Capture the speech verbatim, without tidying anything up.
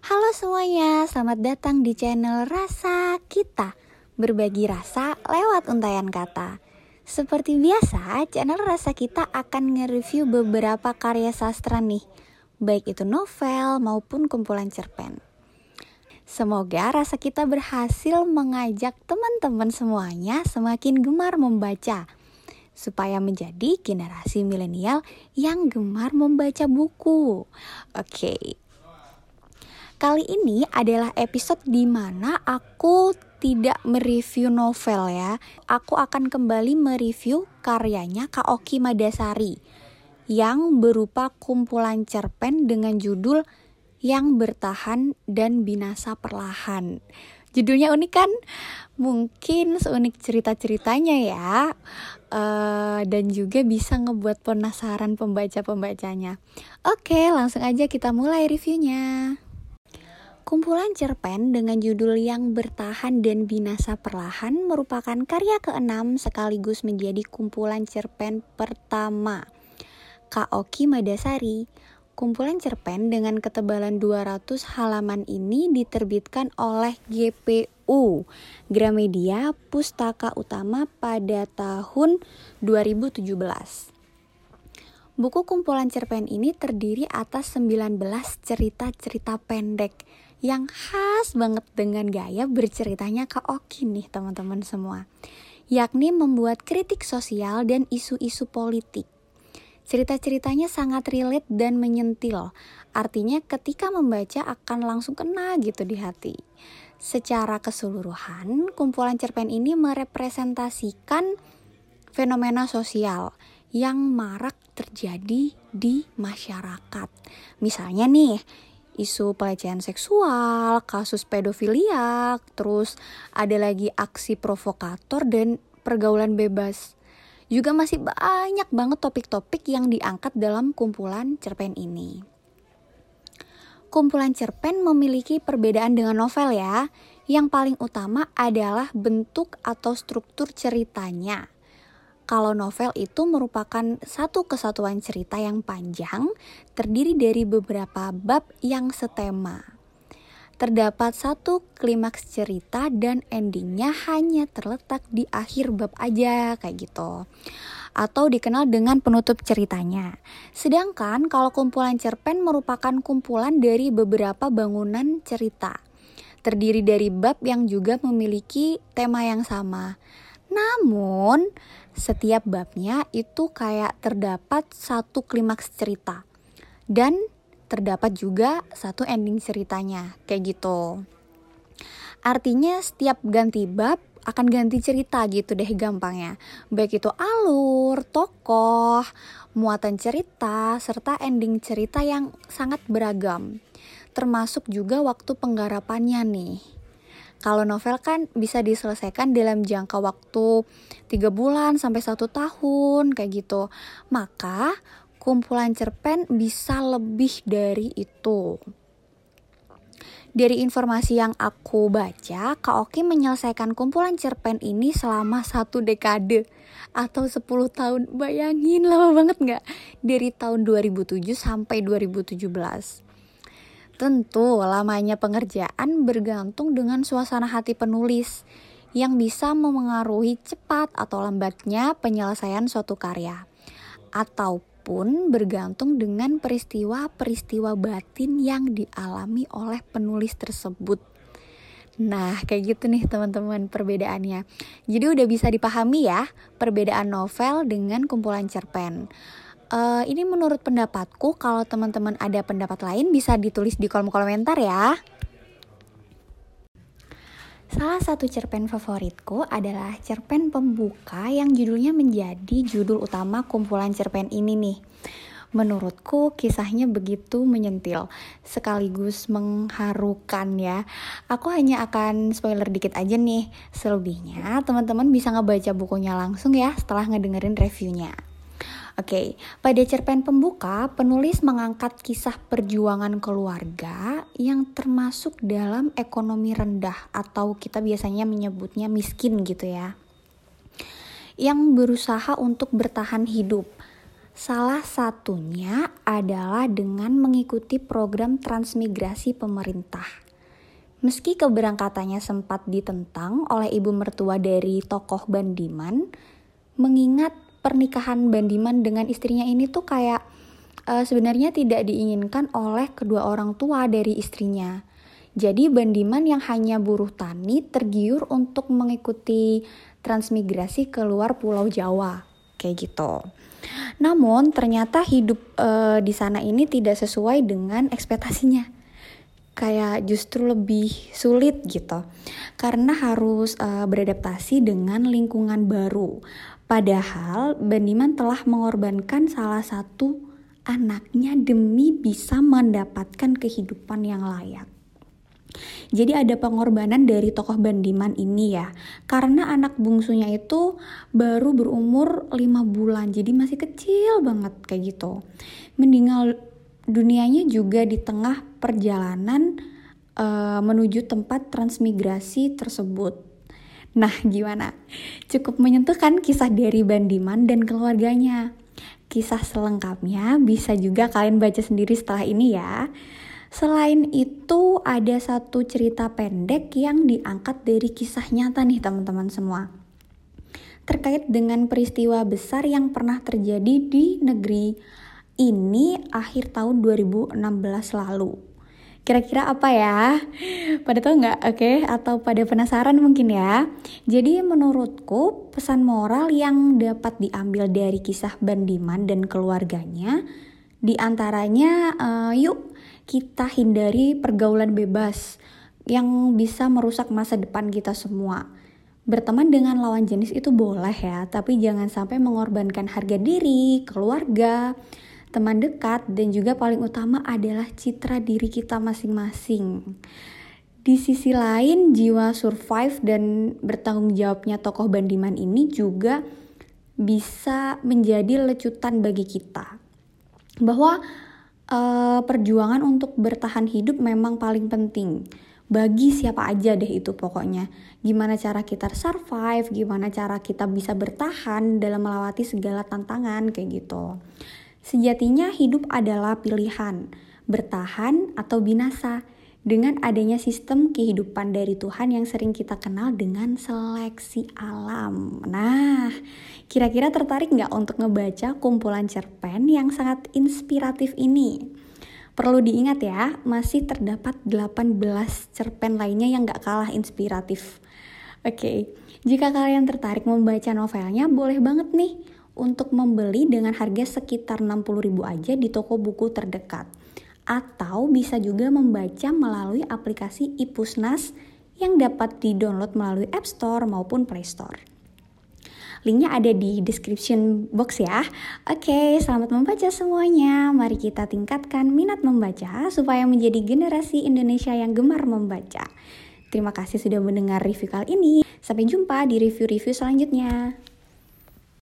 Halo semuanya, selamat datang di channel Rasa Kita. Berbagi rasa lewat untayan kata. Seperti biasa, channel Rasa Kita akan nge-review beberapa karya sastra nih, baik itu novel maupun kumpulan cerpen. Semoga Rasa Kita berhasil mengajak teman-teman semuanya semakin gemar membaca, supaya menjadi generasi milenial yang gemar membaca buku. Oke. Kali ini adalah episode di mana aku tidak mereview novel ya. Aku akan kembali mereview karyanya Kaoki Madasari yang berupa kumpulan cerpen dengan judul Yang Bertahan dan Binasa Perlahan. Judulnya unik kan? Mungkin seunik cerita-ceritanya ya. Uh, dan juga bisa ngebuat penasaran pembaca-pembacanya. Oke, langsung aja kita mulai reviewnya. Kumpulan cerpen dengan judul Yang Bertahan dan Binasa Perlahan merupakan karya keenam sekaligus menjadi kumpulan cerpen pertama Kaoki Madasari. Kumpulan cerpen dengan ketebalan dua ratus halaman ini diterbitkan oleh G P U, Gramedia Pustaka Utama pada tahun dua ribu tujuh belas. Buku kumpulan cerpen ini terdiri atas sembilan belas cerita-cerita pendek yang khas banget dengan gaya berceritanya Kaoki nih teman-teman semua, yakni membuat kritik sosial dan isu-isu politik. Cerita-ceritanya sangat relate dan menyentil, artinya ketika membaca akan langsung kena gitu di hati. Secara keseluruhan, kumpulan cerpen ini merepresentasikan fenomena sosial yang marak terjadi di masyarakat. Misalnya nih, isu pelecehan seksual, kasus pedofilia, terus ada lagi aksi provokator dan pergaulan bebas. Juga masih banyak banget topik-topik yang diangkat dalam kumpulan cerpen ini. Kumpulan cerpen memiliki perbedaan dengan novel ya. Yang paling utama adalah bentuk atau struktur ceritanya. Kalau novel itu merupakan satu kesatuan cerita yang panjang, terdiri dari beberapa bab yang setema. Terdapat satu klimaks cerita dan endingnya hanya terletak di akhir bab aja kayak gitu. Atau dikenal dengan penutup ceritanya. Sedangkan kalau kumpulan cerpen merupakan kumpulan dari beberapa bangunan cerita. Terdiri dari bab yang juga memiliki tema yang sama. Namun, setiap babnya itu kayak terdapat satu klimaks cerita. Dan terdapat juga satu ending ceritanya, kayak gitu. Artinya setiap ganti bab akan ganti cerita gitu deh gampangnya. Baik itu alur, tokoh, muatan cerita, serta ending cerita yang sangat beragam. Termasuk juga waktu penggarapannya nih. Kalau novel kan bisa diselesaikan dalam jangka waktu tiga bulan sampai satu tahun kayak gitu. Maka kumpulan cerpen bisa lebih dari itu. Dari informasi yang aku baca, Kaoki menyelesaikan kumpulan cerpen ini selama satu dekade atau sepuluh tahun. Bayangin lama banget gak? Dari tahun dua ribu tujuh sampai dua ribu tujuh belas. Tentu lamanya pengerjaan bergantung dengan suasana hati penulis yang bisa memengaruhi cepat atau lambatnya penyelesaian suatu karya. Ataupun bergantung dengan peristiwa-peristiwa batin yang dialami oleh penulis tersebut. Nah, kayak gitu nih teman-teman perbedaannya. Jadi udah bisa dipahami ya perbedaan novel dengan kumpulan cerpen. Uh, ini menurut pendapatku. Kalau teman-teman ada pendapat lain bisa ditulis di kolom komentar ya. Salah satu cerpen favoritku adalah cerpen pembuka yang judulnya menjadi judul utama kumpulan cerpen ini nih. Menurutku kisahnya begitu menyentil sekaligus mengharukan ya. Aku hanya akan spoiler dikit aja nih. Selebihnya teman-teman bisa ngebaca bukunya langsung ya setelah ngedengerin reviewnya. Oke, pada cerpen pembuka, penulis mengangkat kisah perjuangan keluarga yang termasuk dalam ekonomi rendah atau kita biasanya menyebutnya miskin gitu ya. Yang berusaha untuk bertahan hidup. Salah satunya adalah dengan mengikuti program transmigrasi pemerintah. Meski keberangkatannya sempat ditentang oleh ibu mertua dari tokoh Bandiman, mengingat pernikahan Bandiman dengan istrinya ini tuh kayak uh, sebenarnya tidak diinginkan oleh kedua orang tua dari istrinya. Jadi Bandiman yang hanya buruh tani tergiur untuk mengikuti transmigrasi keluar Pulau Jawa, kayak gitu. Namun ternyata hidup uh, di sana ini tidak sesuai dengan ekspektasinya. Kayak justru lebih sulit gitu. Karena harus uh, beradaptasi dengan lingkungan baru. Padahal Bandiman telah mengorbankan salah satu anaknya demi bisa mendapatkan kehidupan yang layak. Jadi ada pengorbanan dari tokoh Bandiman ini ya. Karena anak bungsunya itu baru berumur lima bulan. Jadi masih kecil banget kayak gitu. Meninggal dunianya juga di tengah perjalanan uh, menuju tempat transmigrasi tersebut. Nah gimana? Cukup menyentuh kan kisah dari Bandiman dan keluarganya. Kisah selengkapnya bisa juga kalian baca sendiri setelah ini ya. Selain itu ada satu cerita pendek yang diangkat dari kisah nyata nih teman-teman semua. Terkait dengan peristiwa besar yang pernah terjadi di negeri ini akhir tahun dua ribu enam belas lalu. Kira-kira apa ya? Pada tahu nggak? Oke, okay? Atau pada penasaran mungkin ya? Jadi menurutku pesan moral yang dapat diambil dari kisah Bandiman dan keluarganya diantaranya uh, yuk kita hindari pergaulan bebas yang bisa merusak masa depan kita semua. Berteman dengan lawan jenis itu boleh ya, tapi jangan sampai mengorbankan harga diri, keluarga, teman dekat, dan juga paling utama adalah citra diri kita masing-masing. Di sisi lain, jiwa survive dan bertanggung jawabnya tokoh Bandiman ini juga bisa menjadi lecutan bagi kita. Bahwa Uh, perjuangan untuk bertahan hidup memang paling penting bagi siapa aja deh itu pokoknya. Gimana cara kita survive, gimana cara kita bisa bertahan dalam melewati segala tantangan kayak gitu. Sejatinya hidup adalah pilihan, bertahan atau binasa. Dengan adanya sistem kehidupan dari Tuhan yang sering kita kenal dengan seleksi alam. Nah, kira-kira tertarik nggak untuk ngebaca kumpulan cerpen yang sangat inspiratif ini? Perlu diingat ya, masih terdapat delapan belas cerpen lainnya yang nggak kalah inspiratif. Oke, jika kalian tertarik membaca novelnya, boleh banget nih untuk membeli dengan harga sekitar enam puluh ribu aja di toko buku terdekat. Atau bisa juga membaca melalui aplikasi iPusnas yang dapat di-download melalui App Store maupun Play Store. Linknya ada di description box ya. Oke, selamat membaca semuanya. Mari kita tingkatkan minat membaca supaya menjadi generasi Indonesia yang gemar membaca. Terima kasih sudah mendengar review kali ini. Sampai jumpa di review-review selanjutnya.